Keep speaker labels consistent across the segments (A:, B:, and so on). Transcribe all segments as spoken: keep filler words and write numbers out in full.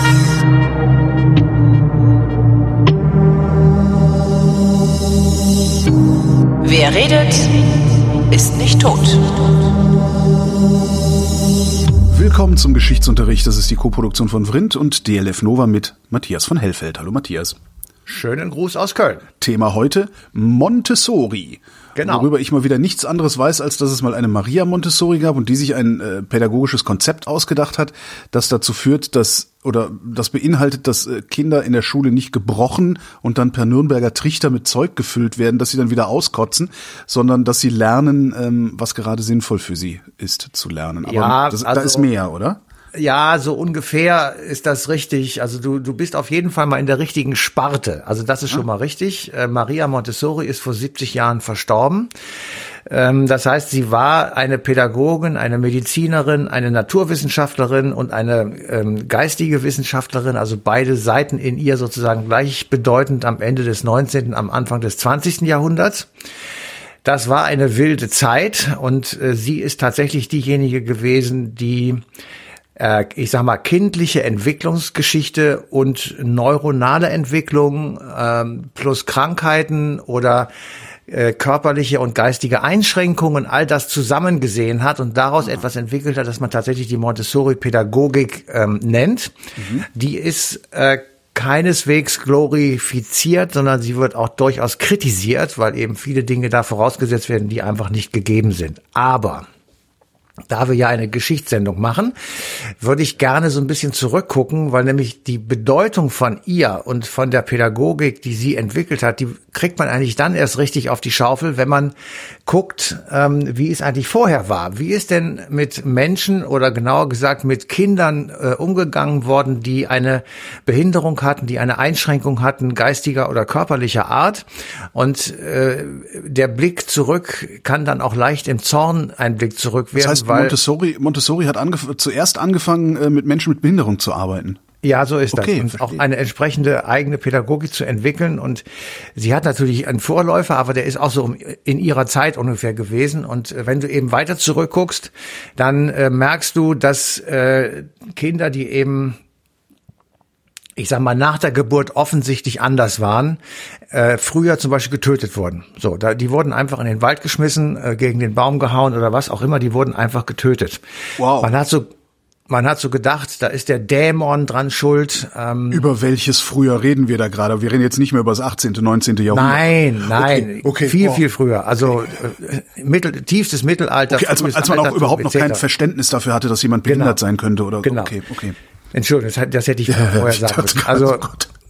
A: Wer redet, ist nicht tot.
B: Willkommen zum Geschichtsunterricht. Das ist die Koproduktion von Vrindt und D L F Nova mit Matthias von Hellfeld. Hallo Matthias.
C: Schönen Gruß aus Köln.
B: Thema heute Montessori.
C: Genau.
B: Worüber ich mal wieder nichts anderes weiß, als dass es mal eine Maria Montessori gab und die sich ein äh, pädagogisches Konzept ausgedacht hat, das dazu führt, dass oder das beinhaltet, dass äh, Kinder in der Schule nicht gebrochen und dann per Nürnberger Trichter mit Zeug gefüllt werden, dass sie dann wieder auskotzen, sondern dass sie lernen, ähm, was gerade sinnvoll für sie ist zu lernen. Aber
C: ja,
B: das,
C: also,
B: da ist mehr, oder?
C: Ja, so ungefähr ist das richtig. Also du du bist auf jeden Fall mal in der richtigen Sparte. Also das ist schon mal richtig. Äh, Maria Montessori ist vor siebzig Jahren verstorben. Ähm, das heißt, sie war eine Pädagogin, eine Medizinerin, eine Naturwissenschaftlerin und eine ähm, geistige Wissenschaftlerin. Also beide Seiten in ihr sozusagen gleichbedeutend am Ende des neunzehnten, am Anfang des zwanzigsten Jahrhunderts. Das war eine wilde Zeit und äh, sie ist tatsächlich diejenige gewesen, die ich sag mal, kindliche Entwicklungsgeschichte und neuronale Entwicklung ähm, plus Krankheiten oder äh, körperliche und geistige Einschränkungen, all das zusammengesehen hat und daraus mhm. etwas entwickelt hat, das man tatsächlich die Montessori-Pädagogik ähm, nennt. Mhm. Die ist äh, keineswegs glorifiziert, sondern sie wird auch durchaus kritisiert, weil eben viele Dinge da vorausgesetzt werden, die einfach nicht gegeben sind. Aber da wir ja eine Geschichtssendung machen, würde ich gerne so ein bisschen zurückgucken, weil nämlich die Bedeutung von ihr und von der Pädagogik, die sie entwickelt hat, die kriegt man eigentlich dann erst richtig auf die Schaufel, wenn man guckt, ähm, wie es eigentlich vorher war. Wie ist denn mit Menschen oder genauer gesagt mit Kindern äh, umgegangen worden, die eine Behinderung hatten, die eine Einschränkung hatten, geistiger oder körperlicher Art. Und äh, der Blick zurück kann dann auch leicht im Zorn ein Blick zurück werden.
B: Das heißt,
C: weil
B: Montessori, Montessori hat angef- zuerst angefangen, äh, mit Menschen mit Behinderung zu arbeiten.
C: Ja, so ist
B: okay,
C: das. Und auch eine entsprechende eigene Pädagogik zu entwickeln. Und sie hat natürlich einen Vorläufer, aber der ist auch so in ihrer Zeit ungefähr gewesen. Und wenn du eben weiter zurückguckst, dann äh, merkst du, dass äh, Kinder, die eben, ich sag mal, nach der Geburt offensichtlich anders waren, äh, früher zum Beispiel getötet wurden. So, da, die wurden einfach in den Wald geschmissen, äh, gegen den Baum gehauen oder was auch immer, die wurden einfach getötet.
B: Wow.
C: Man hat so Man hat so gedacht, da ist der Dämon dran schuld. Ähm,
B: über welches früher reden wir da gerade? Wir reden jetzt nicht mehr über das achtzehnten, neunzehnten Jahrhundert.
C: Nein, nein,
B: okay, okay,
C: viel,
B: wow.
C: viel früher. Also okay. äh, Mittel, tiefstes Mittelalter.
B: Okay, als man, als man auch überhaupt noch kein Verständnis dafür hatte, dass jemand behindert genau. sein könnte. Oder
C: genau.
B: Okay, okay.
C: Entschuldigung, das, das hätte ich vorher sagen müssen. Also,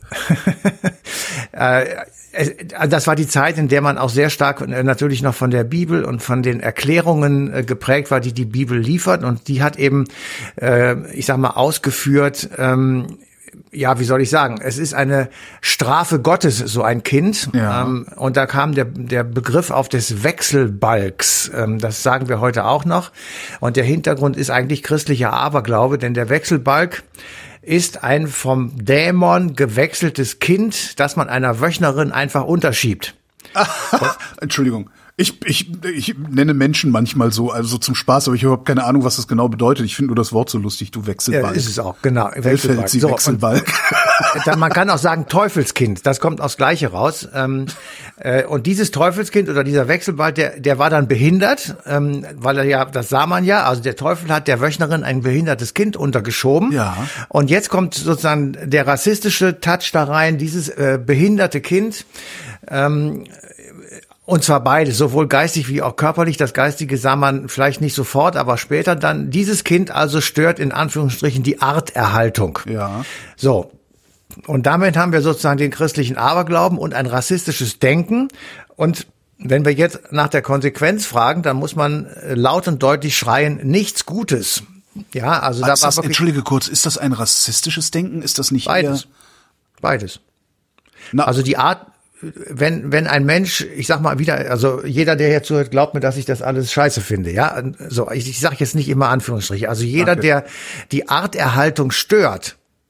C: äh, das war die Zeit, in der man auch sehr stark natürlich noch von der Bibel und von den Erklärungen geprägt war, die die Bibel liefert. Und die hat eben, ich sag mal, ausgeführt, ja, wie soll ich sagen, es ist eine Strafe Gottes, so ein Kind. Ja. Und da kam der, der Begriff auf des Wechselbalgs. Das sagen wir heute auch noch. Und der Hintergrund ist eigentlich christlicher Aberglaube, denn der Wechselbalg ist ein vom Dämon gewechseltes Kind, das man einer Wöchnerin einfach unterschiebt.
B: Entschuldigung. Ich, ich, ich nenne Menschen manchmal so, also zum Spaß, aber ich habe keine Ahnung, was das genau bedeutet. Ich finde nur das Wort so lustig, du Wechselbalg.
C: Ja, ist es auch, genau.
B: Wechselbalg. Sie so, Wechselbalg.
C: Und, man kann auch sagen Teufelskind, das kommt aufs Gleiche raus. Ähm, äh, und dieses Teufelskind oder dieser Wechselbalg, der, der war dann behindert, ähm, weil er ja, das sah man ja, also der Teufel hat der Wöchnerin ein behindertes Kind untergeschoben.
B: Ja.
C: Und jetzt kommt sozusagen der rassistische Touch da rein, dieses äh, behinderte Kind, ähm, und zwar beides, sowohl geistig wie auch körperlich. Das Geistige sah man vielleicht nicht sofort, aber später dann. Dieses Kind also stört in Anführungsstrichen die Arterhaltung.
B: Ja.
C: So. Und damit haben wir sozusagen den christlichen Aberglauben und ein rassistisches Denken. Und wenn wir jetzt nach der Konsequenz fragen, dann muss man laut und deutlich schreien, nichts Gutes. Ja, also da
B: war
C: das,
B: entschuldige kurz, ist das ein rassistisches Denken? Ist das nicht
C: beides?
B: Eher
C: Beides.
B: Na,
C: also die Art, wenn wenn ein Mensch, ich sag mal wieder, also jeder, der hier zuhört, glaubt mir, dass ich das alles scheiße finde, ja. So, ich, ich sage jetzt nicht immer Anführungsstriche. Also jeder, okay. der die Arterhaltung stört,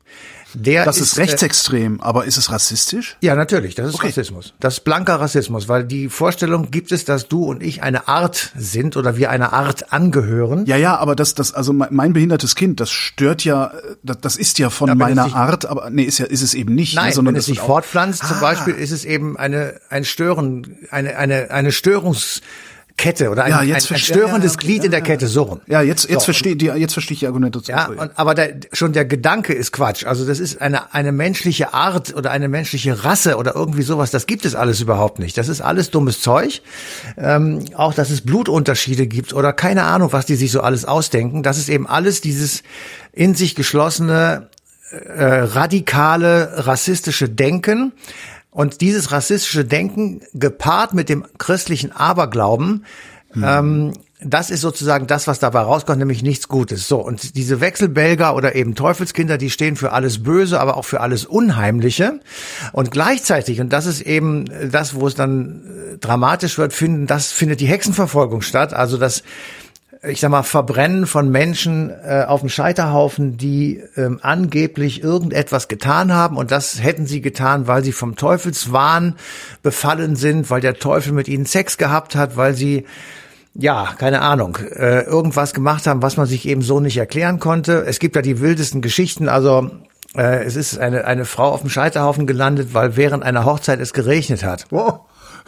C: Der
B: Das ist,
C: ist
B: rechtsextrem, äh, aber ist es rassistisch?
C: Ja, natürlich, das ist
B: Okay.
C: Rassismus. Das ist blanker Rassismus, weil die Vorstellung gibt es, dass du und ich eine Art sind oder wir einer Art angehören.
B: Ja, ja, aber das, das, also mein, mein behindertes Kind, das stört ja, das, das ist ja von
C: Ja, wenn es
B: meiner
C: sich-
B: Art, aber nee, ist ja, ist es eben nicht,
C: Nein,
B: ne, sondern
C: wenn es
B: das wird
C: sich
B: auch-
C: fortpflanzt, zum
B: Ah.
C: Beispiel, ist es eben eine ein Stören, eine eine eine Störungskette oder ein,
B: Ja,
C: ein,
B: jetzt
C: ein
B: verstehe-
C: störendes
B: ja, ja,
C: Glied in der
B: ja.
C: Kette, so rum.
B: Ja, jetzt, jetzt
C: So.
B: verstehe die, jetzt verstehe ich die Argumentation.
C: Ja, und, aber der, schon der Gedanke ist Quatsch. Also das ist eine eine menschliche Art oder eine menschliche Rasse oder irgendwie sowas. Das gibt es alles überhaupt nicht. Das ist alles dummes Zeug. Ähm, auch, dass es Blutunterschiede gibt oder keine Ahnung, was die sich so alles ausdenken. Das ist eben alles dieses in sich geschlossene, äh, radikale, rassistische Denken. Und dieses rassistische Denken gepaart mit dem christlichen Aberglauben, hm. ähm, das ist sozusagen das, was dabei rauskommt, nämlich nichts Gutes. So, und diese Wechselbelger oder eben Teufelskinder, die stehen für alles Böse, aber auch für alles Unheimliche. Und gleichzeitig, und das ist eben das, wo es dann dramatisch wird, finden, das findet die Hexenverfolgung statt. Also das, ich sag mal, Verbrennen von Menschen äh, auf dem Scheiterhaufen, die ähm, angeblich irgendetwas getan haben. Und das hätten sie getan, weil sie vom Teufelswahn befallen sind, weil der Teufel mit ihnen Sex gehabt hat, weil sie, ja, keine Ahnung, äh, irgendwas gemacht haben, was man sich eben so nicht erklären konnte. Es gibt da die wildesten Geschichten, also äh, es ist eine, eine Frau auf dem Scheiterhaufen gelandet, weil während einer Hochzeit es geregnet hat.
B: Wow.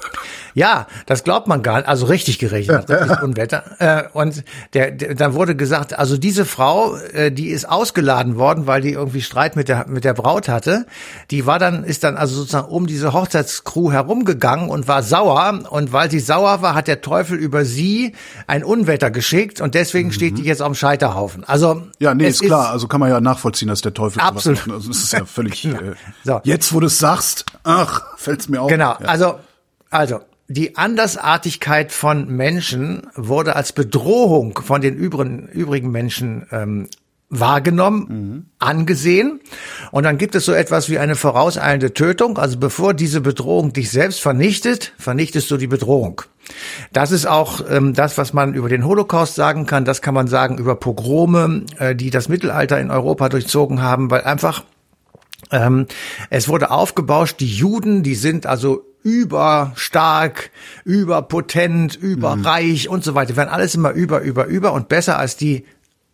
C: Ja, das glaubt man gar nicht. Also richtig geregnet, richtig Unwetter. Äh, und der, der, dann wurde gesagt, also diese Frau, äh, die ist ausgeladen worden, weil die irgendwie Streit mit der mit der Braut hatte. Die war dann, ist dann also sozusagen um diese Hochzeitscrew herumgegangen und war sauer. Und weil sie sauer war, hat der Teufel über sie ein Unwetter geschickt und deswegen mhm. steht die jetzt auf dem Scheiterhaufen. Also
B: Ja, nee,
C: es
B: ist klar. Also kann man ja nachvollziehen, dass der Teufel sowas
C: Absolut.
B: macht. Also das ist ja völlig.
C: Genau.
B: Äh,
C: So.
B: Jetzt, wo du es sagst, ach, fällt's mir auf.
C: Genau,
B: Ja.
C: also, also, die Andersartigkeit von Menschen wurde als Bedrohung von den übrigen, übrigen Menschen ähm, wahrgenommen, mhm. angesehen. Und dann gibt es so etwas wie eine vorauseilende Tötung. Also bevor diese Bedrohung dich selbst vernichtet, vernichtest du die Bedrohung. Das ist auch ähm, das, was man über den Holocaust sagen kann. Das kann man sagen über Pogrome, äh, die das Mittelalter in Europa durchzogen haben, weil einfach ähm, es wurde aufgebauscht, die Juden, die sind also überstark, überpotent, überreich mhm. und so weiter. Die werden alles immer über, über, über und besser als die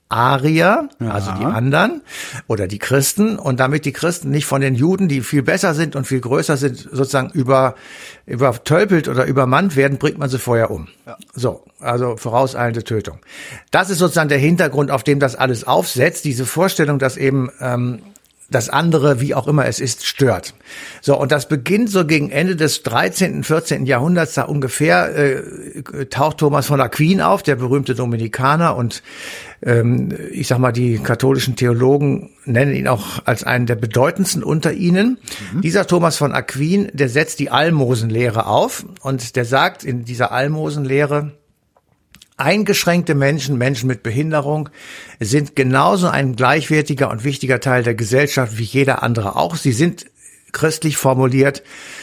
C: Arier, ja. also die anderen oder die Christen, und damit die Christen nicht von den Juden, die viel besser sind und viel größer sind, sozusagen über übertölpelt oder übermannt werden, bringt man sie vorher um. Ja. So, also vorauseilende Tötung. Das ist sozusagen der Hintergrund, auf dem das alles aufsetzt, diese Vorstellung, dass eben ähm, das andere, wie auch immer es ist, stört. So, und das beginnt so gegen Ende des dreizehnten, vierzehnten Jahrhunderts, da ungefähr äh, taucht Thomas von Aquin auf, der berühmte Dominikaner, und ähm, ich sag mal, die katholischen Theologen nennen ihn auch als einen der bedeutendsten unter ihnen. Mhm. Dieser Thomas von Aquin, der setzt die Almosenlehre auf, und der sagt in dieser Almosenlehre: Eingeschränkte Menschen, Menschen mit Behinderung sind genauso ein gleichwertiger und wichtiger Teil der Gesellschaft wie jeder andere auch. Sie sind christlich formuliert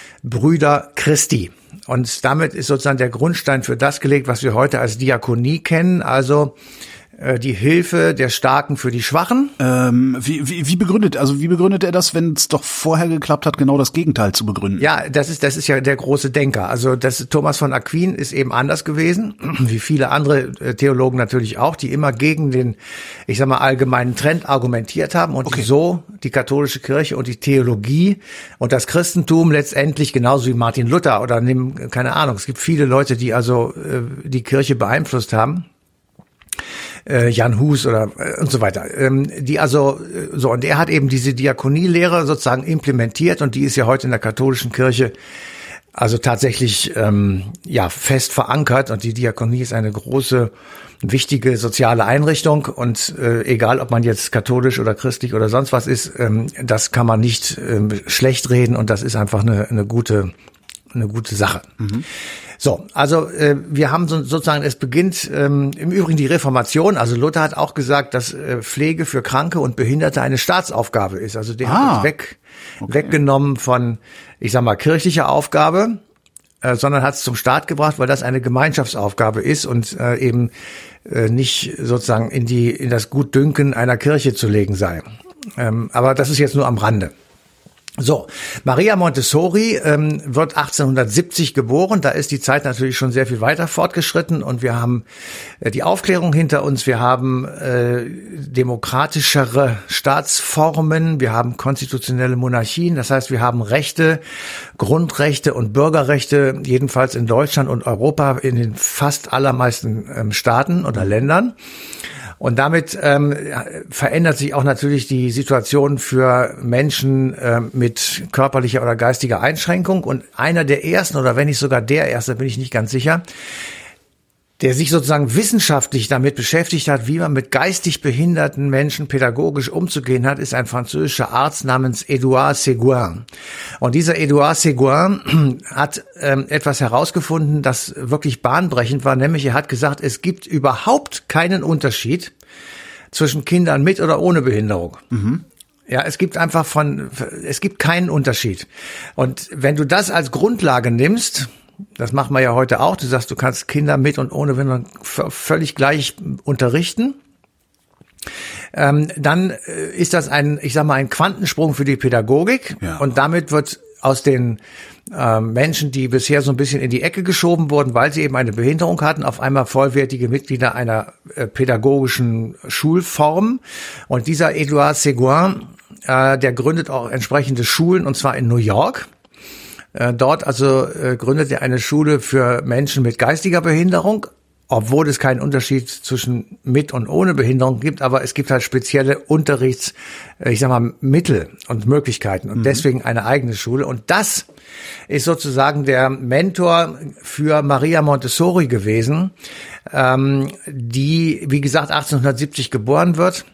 C: Brüder Christi. Und damit ist sozusagen der Grundstein für das gelegt, was wir heute als Diakonie kennen, also die Hilfe der Starken für die Schwachen.
B: Ähm, wie, wie, wie begründet, also wie begründet er das, wenn es doch vorher geklappt hat, genau das Gegenteil zu begründen?
C: Ja, das ist, das ist ja der große Denker. Also das Thomas von Aquin ist eben anders gewesen, wie viele andere Theologen natürlich auch, die immer gegen den, ich sag mal, allgemeinen Trend argumentiert haben und okay. die so die katholische Kirche und die Theologie und das Christentum letztendlich genauso wie Martin Luther oder nimm, keine Ahnung, es gibt viele Leute, die also äh, die Kirche beeinflusst haben. Jan Hus oder äh, und so weiter, ähm, die also äh, so, und er hat eben diese Diakonielehre sozusagen implementiert, und die ist ja heute in der katholischen Kirche also tatsächlich ähm, ja fest verankert, und die Diakonie ist eine große, wichtige soziale Einrichtung, und äh, egal ob man jetzt katholisch oder christlich oder sonst was ist, ähm, das kann man nicht ähm, schlecht reden, und das ist einfach eine, eine gute eine gute Sache. Mhm. So, also äh, wir haben so, sozusagen, es beginnt ähm, im Übrigen die Reformation. Also Luther hat auch gesagt, dass äh, Pflege für Kranke und Behinderte eine Staatsaufgabe ist. Also der
B: ah,
C: hat uns weg,
B: okay.
C: weggenommen von, ich sag mal, kirchlicher Aufgabe, äh, sondern hat es zum Staat gebracht, weil das eine Gemeinschaftsaufgabe ist und äh, eben äh, nicht sozusagen in die in das Gutdünken einer Kirche zu legen sei. Ähm, aber das ist jetzt nur am Rande. So, Maria Montessori ähm, wird achtzehnhundertsiebzig geboren. Da ist die Zeit natürlich schon sehr viel weiter fortgeschritten und wir haben äh, die Aufklärung hinter uns. Wir haben äh, demokratischere Staatsformen. Wir haben konstitutionelle Monarchien. Das heißt, wir haben Rechte, Grundrechte und Bürgerrechte, jedenfalls in Deutschland und Europa, in den fast allermeisten ähm, Staaten oder Ländern. Und damit ähm, verändert sich auch natürlich die Situation für Menschen äh, mit körperlicher oder geistiger Einschränkung. Und einer der ersten, oder wenn nicht sogar der erste, bin ich nicht ganz sicher, der sich sozusagen wissenschaftlich damit beschäftigt hat, wie man mit geistig behinderten Menschen pädagogisch umzugehen hat, ist ein französischer Arzt namens Édouard Seguin. Und dieser Édouard Seguin hat ähm, etwas herausgefunden, das wirklich bahnbrechend war, nämlich er hat gesagt, es gibt überhaupt keinen Unterschied zwischen Kindern mit oder ohne Behinderung. Mhm. Ja, es gibt einfach von, es gibt keinen Unterschied. Und wenn du das als Grundlage nimmst, das macht man ja heute auch. Du sagst, du kannst Kinder mit und ohne Behinderung völlig gleich unterrichten. Ähm, dann ist das ein, ich sag mal, ein Quantensprung für die Pädagogik. Ja. Und damit wird aus den äh, Menschen, die bisher so ein bisschen in die Ecke geschoben wurden, weil sie eben eine Behinderung hatten, auf einmal vollwertige Mitglieder einer äh, pädagogischen Schulform. Und dieser Édouard Seguin, äh, der gründet auch entsprechende Schulen, und zwar in New York. Dort also äh, gründet er eine Schule für Menschen mit geistiger Behinderung, obwohl es keinen Unterschied zwischen mit und ohne Behinderung gibt, aber es gibt halt spezielle Unterrichts, äh, ich sag mal, Mittel und Möglichkeiten und mhm. deswegen eine eigene Schule. Und das ist sozusagen der Mentor für Maria Montessori gewesen, ähm, die, wie gesagt, achtzehnhundertsiebzig geboren wird.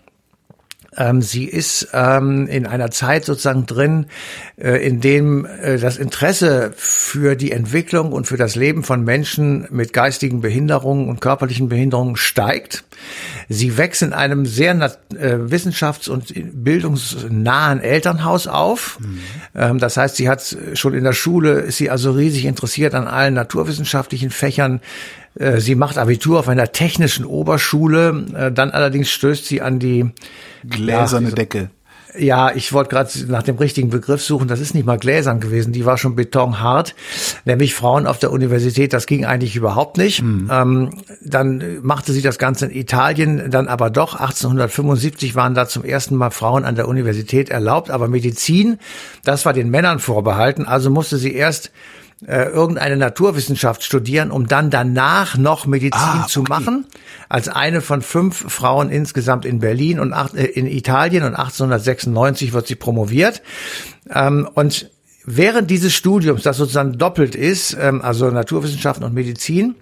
C: Ähm, sie ist ähm, in einer Zeit sozusagen drin, äh, in dem äh, das Interesse für die Entwicklung und für das Leben von Menschen mit geistigen Behinderungen und körperlichen Behinderungen steigt. Sie wächst in einem sehr äh, wissenschafts- und bildungsnahen Elternhaus auf. Mhm. Ähm, das heißt, sie hat schon in der Schule, ist sie also riesig interessiert an allen naturwissenschaftlichen Fächern. Sie macht Abitur auf einer technischen Oberschule, dann allerdings stößt sie an die
B: gläserne ja, Decke.
C: Ja, ich wollte gerade nach dem richtigen Begriff suchen. Das ist nicht mal gläsern gewesen, die war schon betonhart. Nämlich Frauen auf der Universität, das ging eigentlich überhaupt nicht. Mhm. Ähm, dann machte sie das Ganze in Italien, dann aber doch. achtzehnhundertfünfundsiebzig waren da zum ersten Mal Frauen an der Universität erlaubt. Aber Medizin, das war den Männern vorbehalten. Also musste sie erst Äh, irgendeine Naturwissenschaft studieren, um dann danach noch Medizin ah, okay. zu machen, als eine von fünf Frauen insgesamt in Berlin und acht, äh, in Italien, und achtzehnhundertsechsundneunzig wird sie promoviert. Ähm, und während dieses Studiums, das sozusagen doppelt ist, ähm, also Naturwissenschaften und Medizin,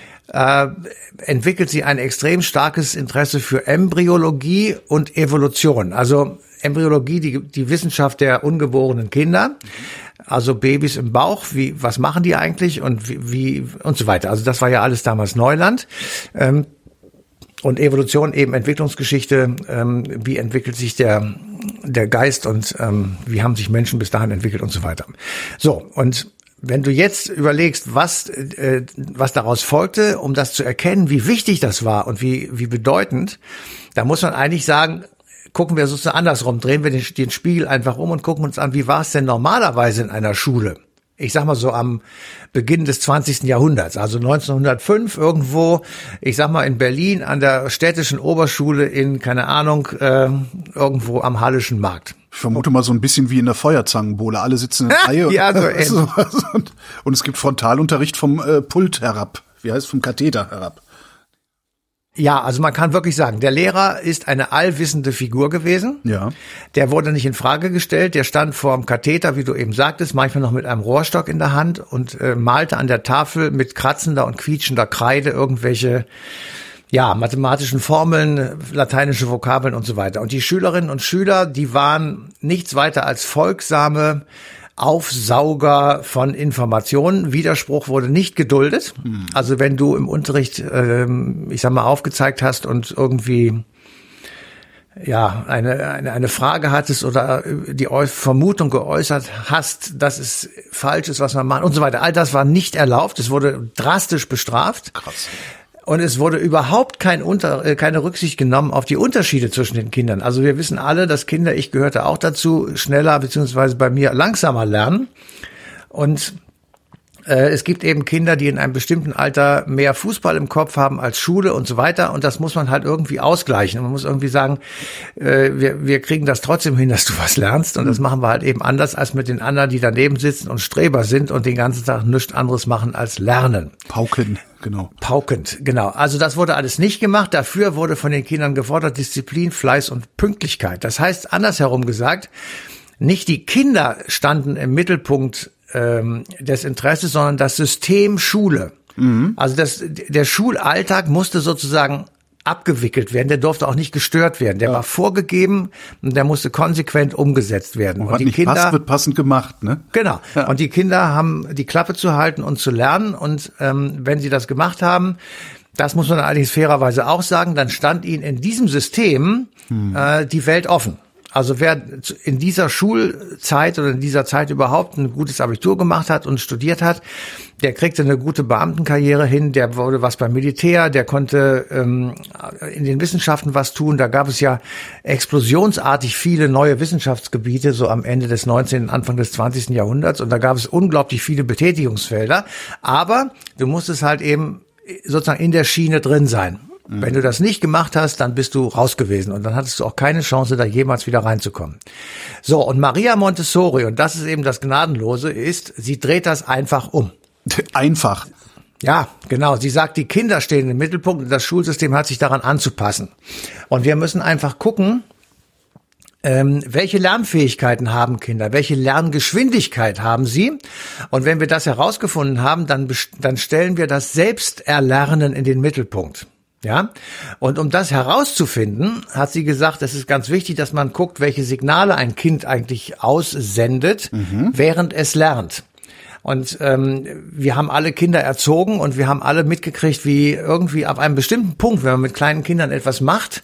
C: äh, entwickelt sie ein extrem starkes Interesse für Embryologie und Evolution. Also Embryologie, die, die Wissenschaft der ungeborenen Kinder. Also Babys im Bauch, wie, was machen die eigentlich und wie, wie und so weiter. Also das war ja alles damals Neuland. Ähm, und Evolution eben Entwicklungsgeschichte, ähm, wie entwickelt sich der der Geist und ähm, wie haben sich Menschen bis dahin entwickelt und so weiter. So, und wenn du jetzt überlegst, was äh, was daraus folgte, um das zu erkennen, wie wichtig das war und wie wie bedeutend, da muss man eigentlich sagen, gucken wir sozusagen andersrum, drehen wir den, den Spiegel einfach um und gucken uns an, wie war es denn normalerweise in einer Schule? Ich sag mal so am Beginn des zwanzigsten Jahrhunderts, also neunzehnhundertfünf irgendwo, ich sag mal in Berlin an der städtischen Oberschule in, keine Ahnung, äh, irgendwo am Hallischen Markt.
B: Ich vermute mal so ein bisschen wie in der Feuerzangenbowle. Alle sitzen in der Reihe.
C: Ja, so
B: und, und es gibt Frontalunterricht vom äh, Pult herab. Wie heißt es? Vom Katheter herab.
C: Ja, also man kann wirklich sagen, der Lehrer ist eine allwissende Figur gewesen.
B: Ja.
C: Der wurde nicht in Frage gestellt. Der stand vor dem Katheter, wie du eben sagtest, manchmal noch mit einem Rohrstock in der Hand und äh, malte an der Tafel mit kratzender und quietschender Kreide irgendwelche, ja, mathematischen Formeln, lateinische Vokabeln und so weiter. Und die Schülerinnen und Schüler, die waren nichts weiter als folgsame Aufsauger von Informationen. Widerspruch wurde nicht geduldet. Mhm. Also wenn du im Unterricht, ähm, ich sag mal, aufgezeigt hast und irgendwie ja eine, eine eine Frage hattest oder die Vermutung geäußert hast, dass es falsch ist, was man macht und so weiter. All das war nicht erlaubt. Es wurde drastisch bestraft.
B: Krass.
C: Und es wurde überhaupt kein Unter, äh, keine Rücksicht genommen auf die Unterschiede zwischen den Kindern. Also wir wissen alle, dass Kinder, ich gehörte auch dazu, schneller beziehungsweise bei mir langsamer lernen. Und äh, es gibt eben Kinder, die in einem bestimmten Alter mehr Fußball im Kopf haben als Schule und so weiter. Und das muss man halt irgendwie ausgleichen. Und man muss irgendwie sagen, äh, wir, wir kriegen das trotzdem hin, dass du was lernst. Und das machen wir halt eben anders als mit den anderen, die daneben sitzen und Streber sind und den ganzen Tag nichts anderes machen als lernen.
B: Pauken, genau.
C: Paukend, genau. Also das wurde alles nicht gemacht. Dafür wurde von den Kindern gefordert Disziplin, Fleiß und Pünktlichkeit. Das heißt, andersherum gesagt, nicht die Kinder standen im Mittelpunkt ähm, des Interesses, sondern das System Schule. Mhm. Also das, der Schulalltag musste sozusagen abgewickelt werden. Der durfte auch nicht gestört werden. Der ja. war vorgegeben und der musste konsequent umgesetzt werden.
B: Und,
C: und
B: was
C: die
B: nicht
C: Kinder
B: passt, wird passend gemacht, ne?
C: Genau. Ja. Und die Kinder haben die Klappe zu halten und zu lernen. Und ähm, wenn sie das gemacht haben, das muss man allerdings fairerweise auch sagen, dann stand ihnen in diesem System hm. äh, die Welt offen. Also wer in dieser Schulzeit oder in dieser Zeit überhaupt ein gutes Abitur gemacht hat und studiert hat, der kriegte eine gute Beamtenkarriere hin, der wurde was beim Militär, der konnte ähm, in den Wissenschaften was tun. Da gab es ja explosionsartig viele neue Wissenschaftsgebiete, so am Ende des neunzehnten, Anfang des zwanzigsten Jahrhunderts. Und da gab es unglaublich viele Betätigungsfelder. Aber du musstest halt eben sozusagen in der Schiene drin sein. Wenn du das nicht gemacht hast, dann bist du raus gewesen und dann hattest du auch keine Chance, da jemals wieder reinzukommen. So, und Maria Montessori, und das ist eben das Gnadenlose, ist, sie dreht das einfach um.
B: Einfach.
C: Ja, genau. Sie sagt, die Kinder stehen im Mittelpunkt und das Schulsystem hat sich daran anzupassen. Und wir müssen einfach gucken, ähm, welche Lernfähigkeiten haben Kinder, welche Lerngeschwindigkeit haben sie. Und wenn wir das herausgefunden haben, dann, dann stellen wir das Selbsterlernen in den Mittelpunkt. Ja, und um das herauszufinden, hat sie gesagt, es ist ganz wichtig, dass man guckt, welche Signale ein Kind eigentlich aussendet, mhm. während es lernt. Und ähm, wir haben alle Kinder erzogen und wir haben alle mitgekriegt, wie irgendwie ab einem bestimmten Punkt, wenn man mit kleinen Kindern etwas macht,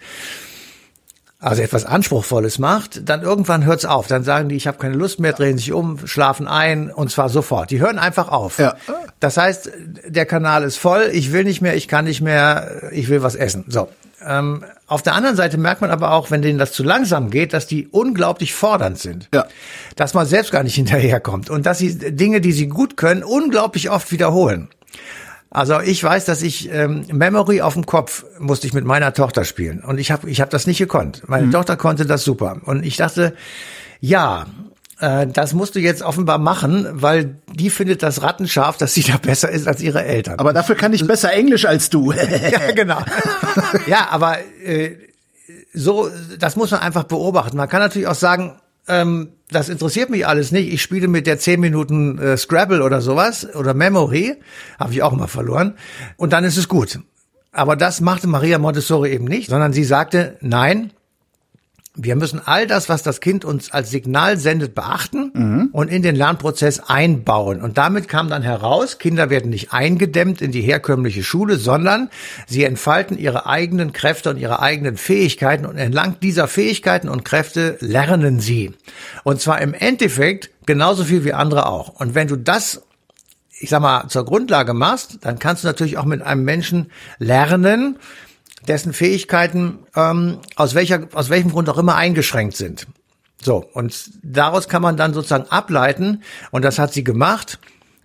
C: also etwas Anspruchsvolles macht, dann irgendwann hört's auf. Dann sagen die, ich habe keine Lust mehr, drehen sich um, schlafen ein und zwar sofort. Die hören einfach auf. Ja. Das heißt, der Kanal ist voll, ich will nicht mehr, ich kann nicht mehr, ich will was essen. So. Ähm, auf der anderen Seite merkt man aber auch, wenn denen das zu langsam geht, dass die unglaublich fordernd sind. Ja. Dass man selbst gar nicht hinterherkommt und dass sie Dinge, die sie gut können, unglaublich oft wiederholen. Also ich weiß, dass ich ähm, Memory auf dem Kopf musste ich mit meiner Tochter spielen und ich habe ich hab das nicht gekonnt. Meine mhm. Tochter konnte das super und ich dachte, ja, äh, das musst du jetzt offenbar machen, weil die findet das rattenscharf, dass sie da besser ist als ihre Eltern.
B: Aber dafür kann ich besser Englisch als du.
C: Ja, genau. Ja, aber äh, so, das muss man einfach beobachten. Man kann natürlich auch sagen, ähm, das interessiert mich alles nicht. Ich spiele mit der zehn Minuten äh, Scrabble oder sowas oder Memory, habe ich auch immer verloren. Und dann ist es gut. Aber das machte Maria Montessori eben nicht, sondern sie sagte, nein, wir müssen all das, was das Kind uns als Signal sendet, beachten mhm. und in den Lernprozess einbauen. Und damit kam dann heraus, Kinder werden nicht eingedämmt in die herkömmliche Schule, sondern sie entfalten ihre eigenen Kräfte und ihre eigenen Fähigkeiten und entlang dieser Fähigkeiten und Kräfte lernen sie. Und zwar im Endeffekt genauso viel wie andere auch. Und wenn du das, ich sag mal, zur Grundlage machst, dann kannst du natürlich auch mit einem Menschen lernen, dessen Fähigkeiten ähm, aus welcher aus welchem Grund auch immer eingeschränkt sind. So, und daraus kann man dann sozusagen ableiten, und das hat sie gemacht,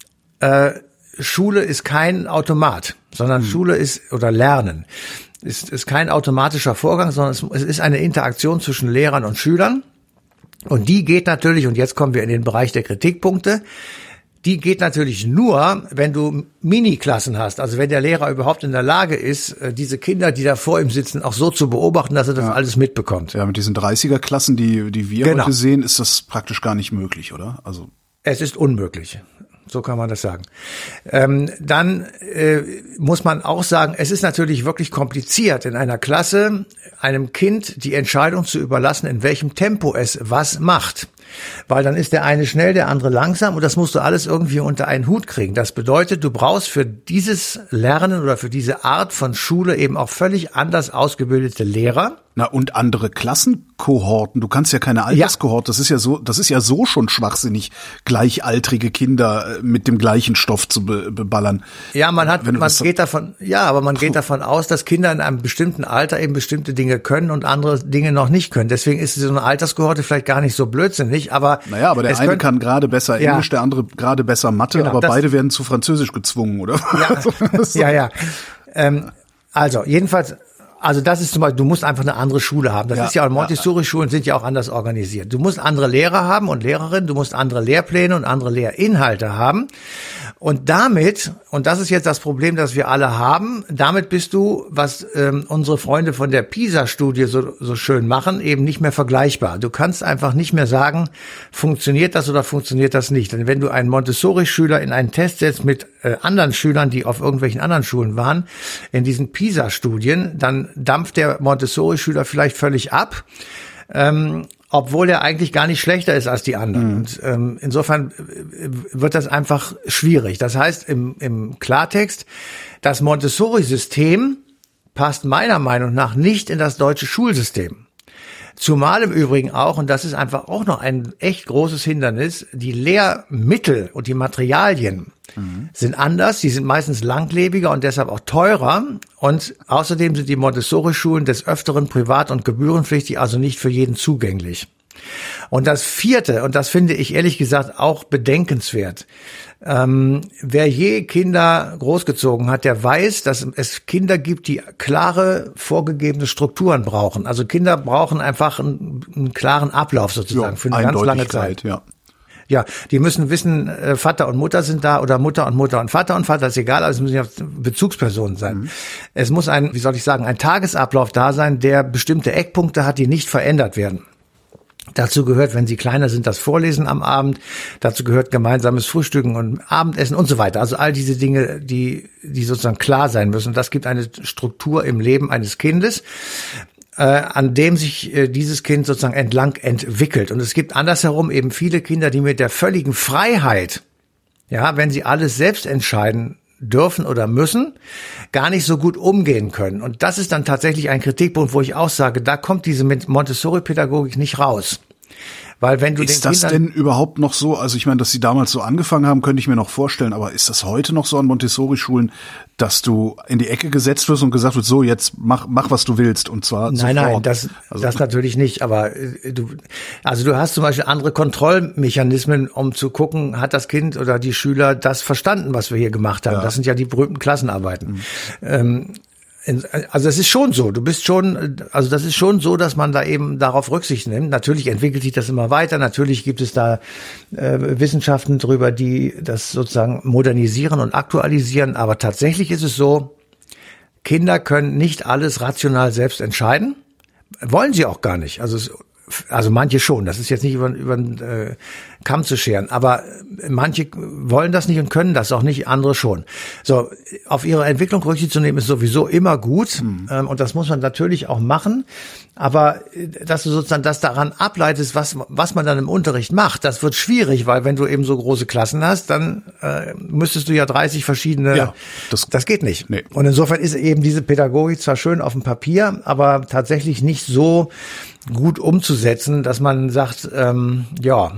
C: äh, Schule ist kein Automat, sondern hm. Schule ist, oder Lernen, ist, ist kein automatischer Vorgang, sondern es, es ist eine Interaktion zwischen Lehrern und Schülern. Und die geht natürlich, und jetzt kommen wir in den Bereich der Kritikpunkte, die geht natürlich nur, wenn du Mini-Klassen hast, also wenn der Lehrer überhaupt in der Lage ist, diese Kinder, die da vor ihm sitzen, auch so zu beobachten, dass er das ja. alles mitbekommt.
B: Ja, mit diesen dreißiger-Klassen, die die wir genau. heute sehen, ist das praktisch gar nicht möglich, oder? Also
C: es ist unmöglich. So kann man das sagen. Ähm, dann äh, muss man auch sagen, es ist natürlich wirklich kompliziert, in einer Klasse einem Kind die Entscheidung zu überlassen, in welchem Tempo es was macht. Weil dann ist der eine schnell, der andere langsam und das musst du alles irgendwie unter einen Hut kriegen. Das bedeutet, du brauchst für dieses Lernen oder für diese Art von Schule eben auch völlig anders ausgebildete Lehrer.
B: Na, und andere Klassenkohorten. Du kannst ja keine Alterskohorte. Das ist ja so, das ist ja so schon schwachsinnig, gleichaltrige Kinder mit dem gleichen Stoff zu be- beballern.
C: Ja, man hat, man geht davon, ja, aber man geht davon aus, dass Kinder in einem bestimmten Alter eben bestimmte Dinge können und andere Dinge noch nicht können. Deswegen ist so eine Alterskohorte vielleicht gar nicht so blödsinnig, aber.
B: Naja, aber der eine
C: könnte,
B: kann gerade besser Englisch, ja, der andere gerade besser Mathe, genau, aber beide werden zu Französisch gezwungen, oder?
C: Ja, ja, ja. Ähm, also, jedenfalls, Also das ist zum Beispiel, du musst einfach eine andere Schule haben. Das ja, ist ja auch, Montessori-Schulen sind ja auch anders organisiert. Du musst andere Lehrer haben und Lehrerinnen, du musst andere Lehrpläne und andere Lehrinhalte haben. Und damit, und das ist jetzt das Problem, das wir alle haben, damit bist du, was ähm, unsere Freunde von der PISA-Studie so, so schön machen, eben nicht mehr vergleichbar. Du kannst einfach nicht mehr sagen, funktioniert das oder funktioniert das nicht. Denn wenn du einen Montessori-Schüler in einen Test setzt mit äh, anderen Schülern, die auf irgendwelchen anderen Schulen waren, in diesen PISA-Studien, dann dampft der Montessori-Schüler vielleicht völlig ab, ähm, obwohl er eigentlich gar nicht schlechter ist als die anderen. Mhm. Und ähm, insofern wird das einfach schwierig. Das heißt im, im Klartext, das Montessori-System passt meiner Meinung nach nicht in das deutsche Schulsystem. Zumal im Übrigen auch, und das ist einfach auch noch ein echt großes Hindernis, die Lehrmittel und die Materialien mhm. sind anders, die sind meistens langlebiger und deshalb auch teurer. Und außerdem sind die Montessori-Schulen des Öfteren privat und gebührenpflichtig, also nicht für jeden zugänglich. Und das Vierte, und das finde ich ehrlich gesagt auch bedenkenswert, ähm, wer je Kinder großgezogen hat, der weiß, dass es Kinder gibt, die klare, vorgegebene Strukturen brauchen. Also Kinder brauchen einfach einen, einen klaren Ablauf sozusagen, ja, für eine ganz lange Zeit.
B: Ja.
C: Ja, die müssen wissen, äh, Vater und Mutter sind da oder Mutter und Mutter und Vater und Vater, ist egal, also es müssen ja Bezugspersonen sein. Mhm. Es muss ein, wie soll ich sagen, ein Tagesablauf da sein, der bestimmte Eckpunkte hat, die nicht verändert werden. Dazu gehört, wenn sie kleiner sind, das Vorlesen am Abend. Dazu gehört gemeinsames Frühstücken und Abendessen und so weiter. Also all diese Dinge, die, die sozusagen klar sein müssen. Und das gibt eine Struktur im Leben eines Kindes, äh, an dem sich äh, dieses Kind sozusagen entlang entwickelt. Und es gibt andersherum eben viele Kinder, die mit der völligen Freiheit, ja, wenn sie alles selbst entscheiden dürfen oder müssen, gar nicht so gut umgehen können. Und das ist dann tatsächlich ein Kritikpunkt, wo ich auch sage, da kommt diese Montessori-Pädagogik nicht raus. Weil wenn du
B: ist
C: den
B: das
C: Kindern
B: denn überhaupt noch so? Also ich meine, dass sie damals so angefangen haben, könnte ich mir noch vorstellen. Aber ist das heute noch so an Montessori-Schulen, dass du in die Ecke gesetzt wirst und gesagt wird, so jetzt mach mach was du willst und zwar
C: nein,
B: sofort?
C: Nein, das also, das natürlich nicht. Aber äh, du also du hast zum Beispiel andere Kontrollmechanismen, um zu gucken, hat das Kind oder die Schüler das verstanden, was wir hier gemacht haben. Ja. Das sind ja die berühmten Klassenarbeiten. Mhm. Ähm, Also es ist schon so, du bist schon, also das ist schon so, dass man da eben darauf Rücksicht nimmt. Natürlich entwickelt sich das immer weiter, natürlich gibt es da äh, Wissenschaften drüber, die das sozusagen modernisieren und aktualisieren, aber tatsächlich ist es so, Kinder können nicht alles rational selbst entscheiden, wollen sie auch gar nicht. Also es, also manche schon, das ist jetzt nicht über, über den äh, Kamm zu scheren, aber manche wollen das nicht und können das auch nicht, andere schon. So, auf ihre Entwicklung Rücksicht zu nehmen ist sowieso immer gut, mhm. ähm, und das muss man natürlich auch machen, aber dass du sozusagen das daran ableitest, was was man dann im Unterricht macht, das wird schwierig, weil wenn du eben so große Klassen hast, dann äh, müsstest du ja dreißig verschiedene,
B: ja, das,
C: das geht nicht.
B: Nee.
C: Und insofern ist eben diese Pädagogik zwar schön auf dem Papier, aber tatsächlich nicht so gut umzusetzen, dass man sagt, ähm, ja,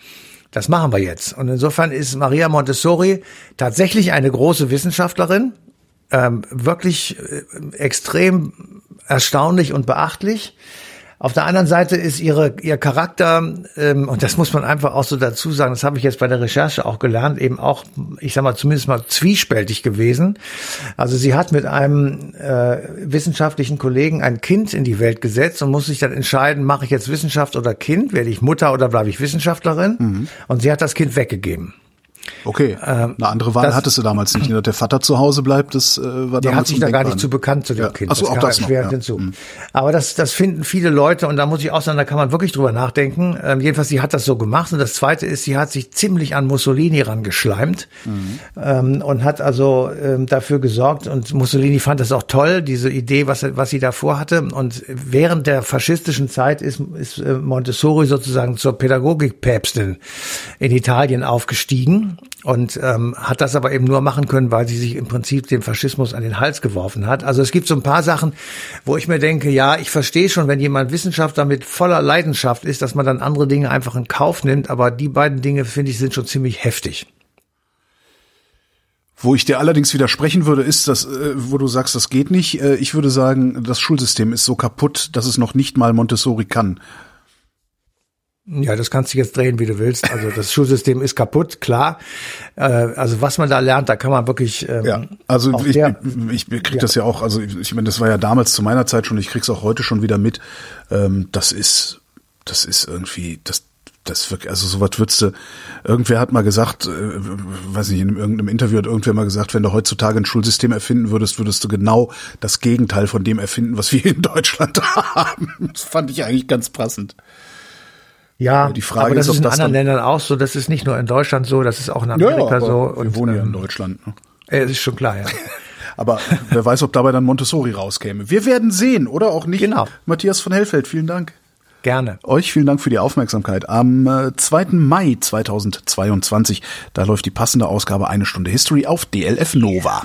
C: das machen wir jetzt. Und insofern ist Maria Montessori tatsächlich eine große Wissenschaftlerin, ähm, wirklich äh, extrem erstaunlich und beachtlich. Auf der anderen Seite ist ihre ihr Charakter, ähm, und das muss man einfach auch so dazu sagen, das habe ich jetzt bei der Recherche auch gelernt, eben auch, ich sag mal, zumindest mal zwiespältig gewesen. Also sie hat mit einem äh, wissenschaftlichen Kollegen ein Kind in die Welt gesetzt und muss sich dann entscheiden, mache ich jetzt Wissenschaft oder Kind, werde ich Mutter oder bleibe ich Wissenschaftlerin? Mhm. Und sie hat das Kind weggegeben.
B: Okay, ähm, eine andere Wahl das, hattest du damals nicht. Dass der Vater zu Hause bleibt, das äh, war damals
C: der hat sich da gar nicht zu bekannt zu dem
B: ja.
C: Kind.
B: Ach so,
C: das
B: auch das noch. Ja.
C: Hinzu. Mhm. Aber das, das finden viele Leute und da muss ich auch sagen, da kann man wirklich drüber nachdenken. Ähm, jedenfalls, sie hat das so gemacht. Und das Zweite ist, sie hat sich ziemlich an Mussolini rangeschleimt mhm. ähm, und hat also ähm, dafür gesorgt. Und Mussolini fand das auch toll, diese Idee, was, was sie davor hatte. Und während der faschistischen Zeit ist, ist äh, Montessori sozusagen zur Pädagogikpäpstin in Italien aufgestiegen und ähm, hat das aber eben nur machen können, weil sie sich im Prinzip dem Faschismus an den Hals geworfen hat. Also es gibt so ein paar Sachen, wo ich mir denke, ja, ich verstehe schon, wenn jemand Wissenschaftler mit voller Leidenschaft ist, dass man dann andere Dinge einfach in Kauf nimmt, aber die beiden Dinge, finde ich, sind schon ziemlich heftig.
B: Wo ich dir allerdings widersprechen würde, ist, dass, äh, wo du sagst, das geht nicht. Äh, ich würde sagen, das Schulsystem ist so kaputt, dass es noch nicht mal Montessori kann.
C: Ja, das kannst du jetzt drehen, wie du willst. Also das Schulsystem ist kaputt, klar. Äh, also was man da lernt, da kann man wirklich. Ähm,
B: ja, also ich, der, ich, ich krieg ja. das ja auch. Also ich, ich meine, das war ja damals zu meiner Zeit schon. Ich krieg's auch heute schon wieder mit. Ähm, das ist, das ist irgendwie, das, das wirklich. Also sowas würdest du. Irgendwer hat mal gesagt, äh, weiß nicht, in irgendeinem Interview hat irgendwer mal gesagt, wenn du heutzutage ein Schulsystem erfinden würdest, würdest du genau das Gegenteil von dem erfinden, was wir in Deutschland haben. Das fand ich eigentlich ganz passend.
C: Ja, die Frage aber das ist, ist in das anderen Ländern auch so. Das ist nicht nur in Deutschland so, das ist auch in Amerika ja, so.
B: Wir und, wohnen ja in Deutschland. Ne?
C: Es ist schon klar, ja.
B: Aber wer weiß, ob dabei dann Montessori rauskäme. Wir werden sehen, oder auch nicht.
C: Genau.
B: Matthias von Hellfeld, vielen Dank.
C: Gerne.
B: Euch vielen Dank für die Aufmerksamkeit. Am äh, zweiten Mai zweitausendzweiundzwanzig, da läuft die passende Ausgabe Eine Stunde History auf D L F Nova.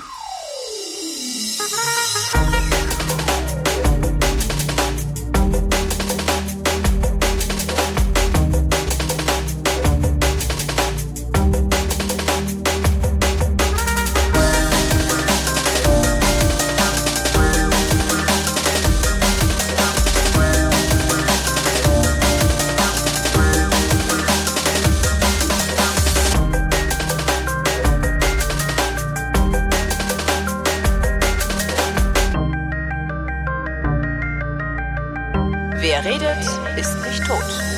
A: Wer redet, ist nicht tot.